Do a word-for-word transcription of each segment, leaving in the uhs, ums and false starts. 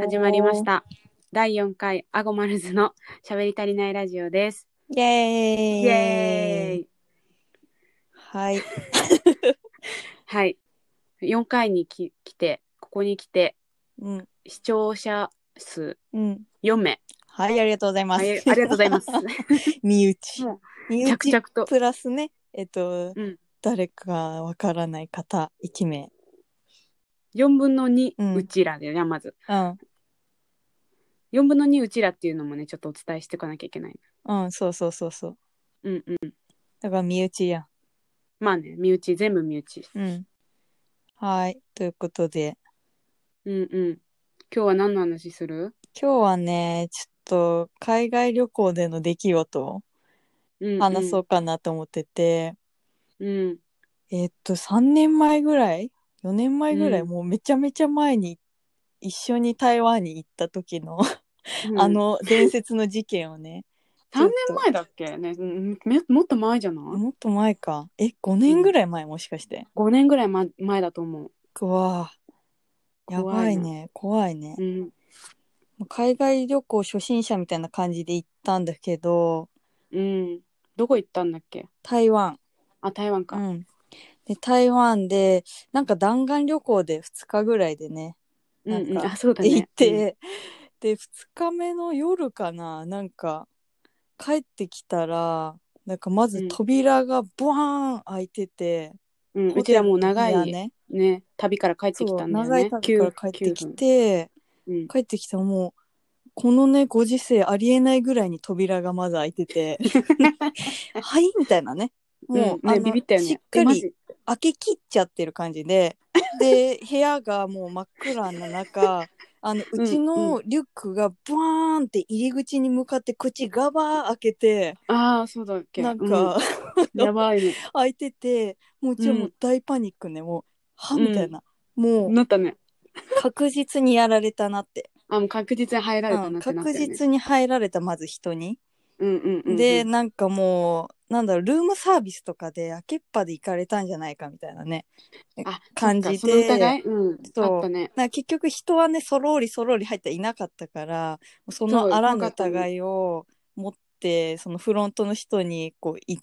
始まりました。だいよんかいアゴマルズの喋り足りないラジオです。 イエーイイエーイ。 はいはい。よんかいにき来て、ここに来て、 うん、 視聴者数うん、 よんめい。 はい、ありがとうございます。 はい、ありがとうございます。 身内。 も身う着内 々と。 プラスね、えっと、 うん。 誰かわからない方いちめい。 よんぶんのにうんうちらだよね、まず。 うん、 よんぶんのにうちらっていうのもね、ちょっとお伝えしておかなきゃいけない。 うん、そうそうそうそう。 うんうん。 だから身内やん。 まあね、身内、全部身内。 うん。はい、ということで。 うんうん。今日は何の話する？ 今日はね、ちょっと海外旅行での出来事をうん話そうかなと思ってて、 うん。うん。 えっと、さんねんまえぐらい ?よ 年前ぐらい、 うんもうめちゃめちゃ前に一緒に台湾に行った時のうん、 あの伝説の事件をね、ち 3 ょっと、 年前だっけね、うん、めもっと前じゃない？ もっと前か。え、ごねんぐうん、 らい前もしかして。 ごねんぐらい、ま、前だと思う。 うわぁ、や怖いな。 ばいね、怖いね。 うん、 海外旅行初心者みたいな感じで行ったんだけど、 うん。どこ行ったんだっけ？ 台湾。 あ、台湾か。 うん。で、台湾で、なんか弾丸旅行でふつかぐらいでね、 うんうん、 なんかあ、そうだ行っね。うん。 て、で、ふつかめの夜かな、なんか帰ってきたら、なんかまずうん。 扉がボワーン開いてて、 うん、うホテルのちらもう長い部屋ね。 ね、旅から帰ってきそう、 たんだよね。 長い旅からきゅう、 帰って 9 き分。 て、 うん。 帰ってきたらもう、このね、ご時世ありえないぐらいに扉がまず開いてて、はいみたいなね。もう、 うん、ね、ビあの、しっビったよね。え、 かりマジ？ 開けきっちゃってる感じで、で、部屋がもう真っ暗な中、あの、うちうん、うん。 のリュックがブワーンって入り口に向かって口ガバー開けて、 ああ、そうだっけ。うん。 なんかやばいね。 開いてて、もううちはもううん、 大パニックね、もう、はうん。 みたいな。もう、 なったね。 確実にやられたなって。 あ、もう確実に入られうん、 たなってなっ確たよね。 実に入られた、まず人に。 うんうんうんうで、 ん。 なんかもう、なんだろう、ルームサービスとかで開けっぱで行かれたんじゃないかみたいなね、 あ、そっか、 感じその疑で、 い、うん、あっそう。 たね。 なんか結局人はね、そろりそろり入っていなかったから、そそう、 のあら怖かったね。 ぬ疑いを持って、そのフロントの人にこう言って、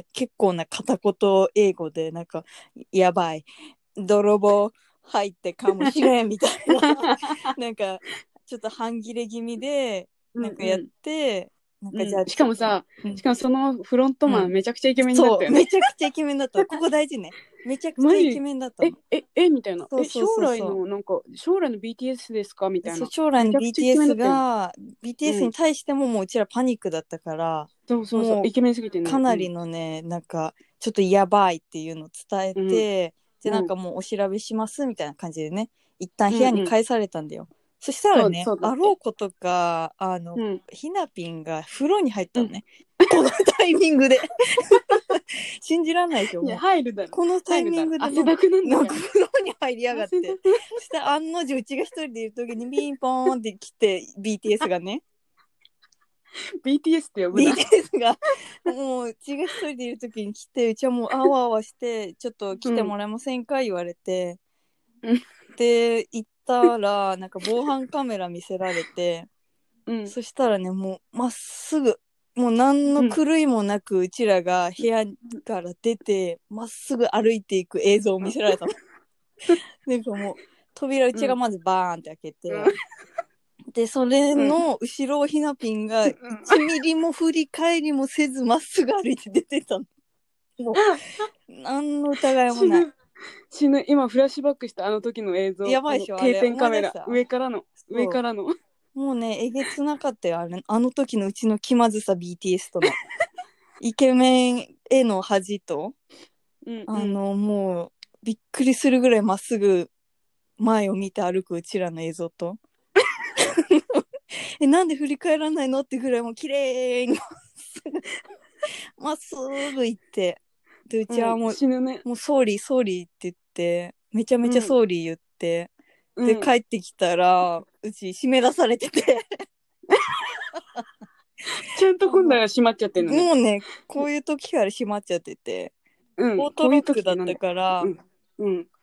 結構な片言英語で、なんか、やばい、泥棒入ってかもしれんみたいな、なんか、ちょっと半切れ気味で、なんかやっうんうん。 て、なんかじゃあうん。しちょっと、 かもさ、 うん、 しかもそのフロントうん。 マンめちゃくちゃイケメンだっそう、 たよね。 めちゃくちゃイケメンだった。ここ大事ね。めちゃくちゃイケマジ？え、 メンだったの。 え、え、みたいな。え、 そうそう将そうそ来の、なんか、将来の ビーティーエス ですかみう。 たいな。 そう、将来のめちゃくちゃイケメンだビーティーエスったよね。 が、 うビーティーエス にん。 対してももううちらパニックだったから、 そうそうそう。 もうイケメンすぎてね。 かなりうん。 のね、なんか、ちょっとやばいっていうのを伝えうん。 て、で、 うん。 なんかもうお調べしますみたいな感じでね、一旦部屋うんうん。 に返されたんだよ。そしたらそう、 ね、 そうだって。 あろうことか、あの、 うん。 ひなぴんが風呂に入っうん。 たのね。このタイミングで。信じらんないでしょ、 いや、 もう。 入るだろ。 このタイ入るだろ。 ミングでなんか、 汗だくなんだなんかから。 風呂に入りやがって。 汗だく。 そしたら案の定うちが一人でいる時にピンポーンって来て ビーティーエス がねビーティーエス って呼ぶな。 ビーティーエス がもううちが一人でいる時に来て、うちはもうあわあわしてちょっと来てうん。 もらえませんか言われて、 うん。 で行ったらなんか防犯カメラ見せられて、 うん。 そしたらね、もうまっすぐ、もう何のうん。 狂いもなくうちらが部屋から出てまっすぐ歩いていく映像を見せられたの。なんかもう扉ううん。 ちがまずバーンって開けて、 うん。 でそれうん。 の後ろをひなぴんがいうん。 ちミリも振り返りもせずまっすぐ歩いて出てたの。もう何の疑いもない。 死ぬ。死ぬ。今フラッシュバックしたあの時の映像。 やばいであの定しょあれ、 点カメラ。 思い出した。 上からの。上そからの。 う、もうねえげつなかったよ、あれ、あの時のうちの気まずさ。 ビーティーエス とのイケメンへの恥と、 うんうん。 あのもうびっくりするぐらいまっすぐ前を見て歩くうちらの映像とえ、なんで振り返らないのってぐらいもう綺麗にまっすぐ行って、でううん。 ちはもう死ぬね。 もうソーリーソーリーって言ってめちゃめちゃうん。 ソーリー言って、でうん。 帰ってきたらうち締め出されててちゃんと今度あのは閉まっちゃってんのね。 もうね、こういう時から閉まっちゃってて、 うん。 オートこういうロックだった時ってなんだよ。 から、 うん。うん。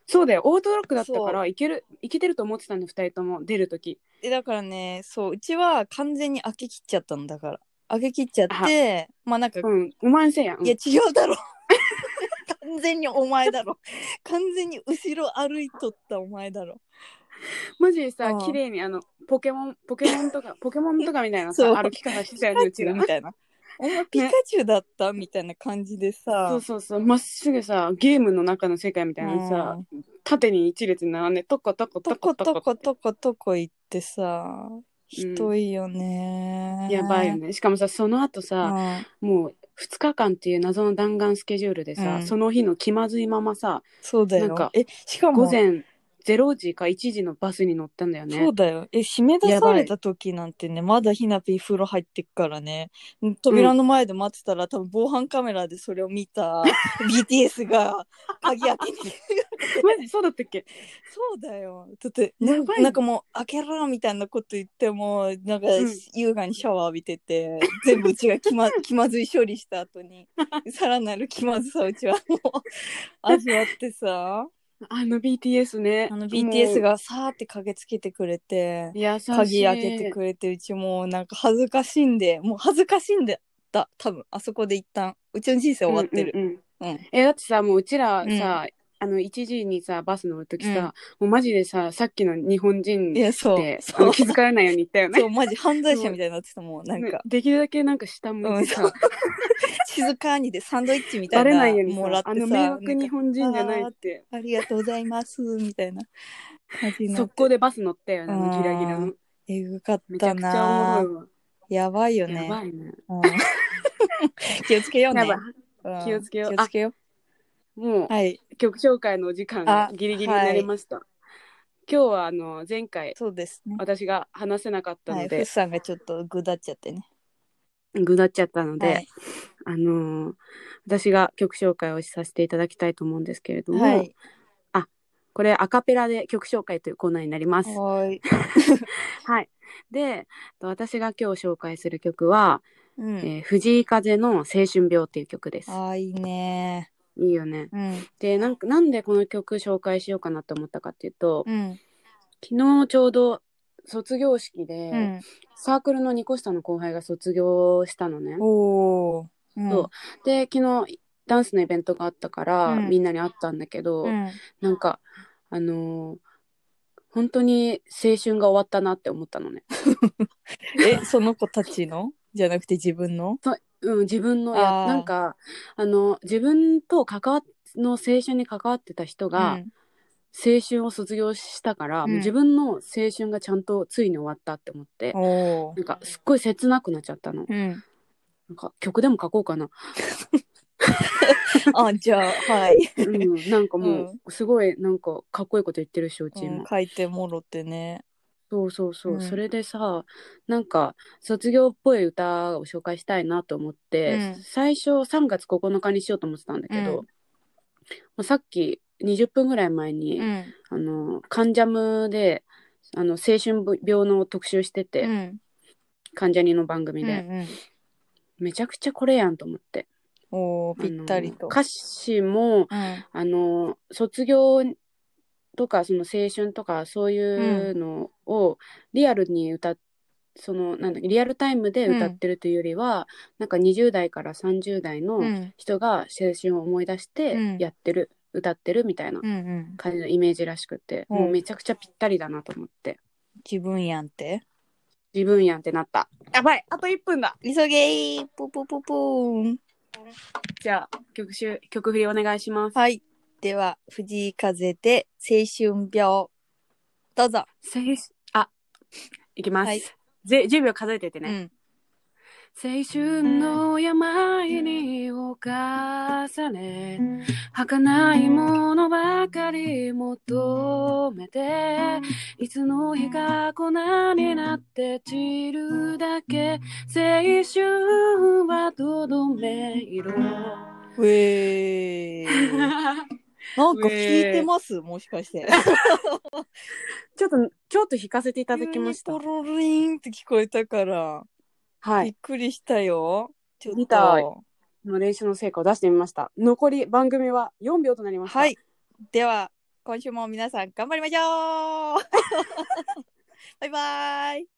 そうだよ、オートロックだったかそうらいけるいけてると思ってたんだ、ふたりとも出るとき。 えだからね、そううちは完全に開けきっちゃったんだから。開けきっちゃっあ、 て、まあなんか、 うん、お前んせいやん。ういやん、 違うだろ。完全にお前だろ。完全に後ろ歩いとったお前だろ。 マジでさ、 うん綺麗にあのポケモンポケモンとかポケモンとかみたいなさそう歩き方してピたよね、うちら。 カチュウみたいな。お前ピカね、 チュウだったみたいな感じでさ。 そうそうそう、まっすぐさ、ゲームの中の世界みたういなさ、 ん。 縦に一列に並んでトコトコとトコトコ。 ことことことこ行ってさ、 うん、 ひどいよね。 やばいよね。しかもさ、その後さ、 うん。 もうふつかかんっていう謎の弾丸スケジュールでさ、 うん。 その日の気まずいままさ、 そうだよ。 なんかえ、しかも、 午前れいじかいちじのバスに乗ったんだよね。 そうだよ。え、締め出やばい。 された時なんてね、まだひなぴー風呂入ってっからね、んうん。 扉の前で待ってたら、多分防犯カメラでそれを見た ビーティーエス が鍵開けにマジそうだったっけ？ そうだよ。だってなん、 やばいね。 なんかもう開けろみたいなこと言っても、なんかうん。 優雅にシャワー浴びてて、全部うちが気ま気まずい処理した後に、さらなる気まずさうちはもう味わってさ、 あの ビーティーエス ね。 あの ビーティーエスもう、 がさーって駆けつけてくれて、 優し鍵開けてい。 くれて、うちもうなんか恥ずかしんで、もう恥ずかしんでた、多分あそこで一旦、うちの人生終うんわってる。 うんうん。 うん。 え、だってさ、もううちらうん。 さ、あのいちじにさ、バス乗るときうん。 さ、もうマジでさ、さっきの日本人いや、そう、 って、あのそう、 気づかれないように言ったよね。 そう、マジ犯罪者もう、 みたいになってたもん、なんね、 か。 できるだけなんか下向いうん、そう。 てさ、 静かにでサンドイッチみたいバレないなもらようにさ、あの迷ってさ、なんか、 惑日本人じゃないっあー、 て、 ありがとうございます、みたいな感じになっ速攻て。 でバス乗ったようね、あのギラギラーん、 の。 えぐかっめちゃたくちゃおもろいなわ。 ー。やばいよね。 やばいね。 うん、気をつけようやばい。 ね。うん、 気をつけよう。あ、 気をつけよう。 もはい。 う曲紹介のお時間があ、 ギリギリになはい。 りました。今日はあの前回そうですね。 私が話せなかったはい。フッので、 さんがちょっとぐだっちゃってね。 ぐだっちゃったので、 はい。 あのー私が曲紹介をさせていただきたいと思うんですけれども、 はい。 あ、これアカペラで曲紹介というコーナーになります。 はーい。 はい。で、私が今日紹介する曲は、 うん。 えー藤井風の青春病っていう曲です。 あー、いいねいいよね。 ー。うん。 で、なんか、なんでこの曲紹介しようかなと思ったかっていうと、 うん。 昨日ちょうど卒業式で、 うん。 サークルのにこ下の後輩が卒業したのね。 おー。うん。 そう。で、昨日ダンスのイベントがあったかうん。 らみんなに会ったんだけど、 うん。 なんか、あのー本当に青春が終わったなって思ったのね。 え、その子たちのじゃなくて自分のそう、うん、自分のや、なんあか、あの、自分と関わっ、の青春に関わってた人あー。うが、 ん。 青春を卒業したから、もう自うん。 分の青春がちゃんとついに終わったって思って、 おー。 なんかすっごい切なくなっちゃったの。 うん。 なんか曲でも書こうかな。 あ、じゃあ、はい。 うん、なんかうもん。 うすごいなんかかっこいいこと言ってるし、うちうん。 今。 書いてもろってね。 そうそうそう。そうん。 れでさ、なんか卒業っぽい歌を紹介したいなと思って、 うん。 最初さんがつここのかにしようと思ってたんだけど、 うん。 まあさっきにじゅっぷんぐらい前に、 うん。 あの、カンジャムで、あの、青春病の特集してて、 うん。 関ジャニの番組うん。 で。 うん。 めちゃくちゃこれやんと思って。 おー、ぴったりあの、 と。 歌詞も、 うん。 あの、卒業とか、その青春とか、そううん。 いうのをリアルに歌っその、なんだっけ、リアルタイムで歌っうん。 てるというよりは、なんかにじゅう代からさんじゅう代のうん。 人が青春を思い出してうん。 やってる、歌ってるみたいなうん。うん。 感じのイメージらしくて、もうお、 めちゃくちゃぴったりだなと思って、 自分やんって。 自分やんってなった。やばい、あといっぷんだ。 急げー。ポポポポーン。 じゃあ、曲集、曲振りお願いします。 はい。では、藤井風で青春病。どうぞ。 青春、あ、いきます。 はい。 ぜじゅうびょう数えてってね。 うん。 青春の病に侵され、儚いものばかり求めて、いつの日か粉になって散るだけ、青春はとどめ色。 ウェー。なんか弾いてますもしかして。 ちょっと、ちょっと弾かせていただ急きました。 にポロリンって聞こえたから、びっはい。 くりしたよ。ちょっギターと。 の練習の成果を出してみました。残り番組はよんびょうとなりました。 はい。では、 今週も皆さん頑張りましょうバイバイ。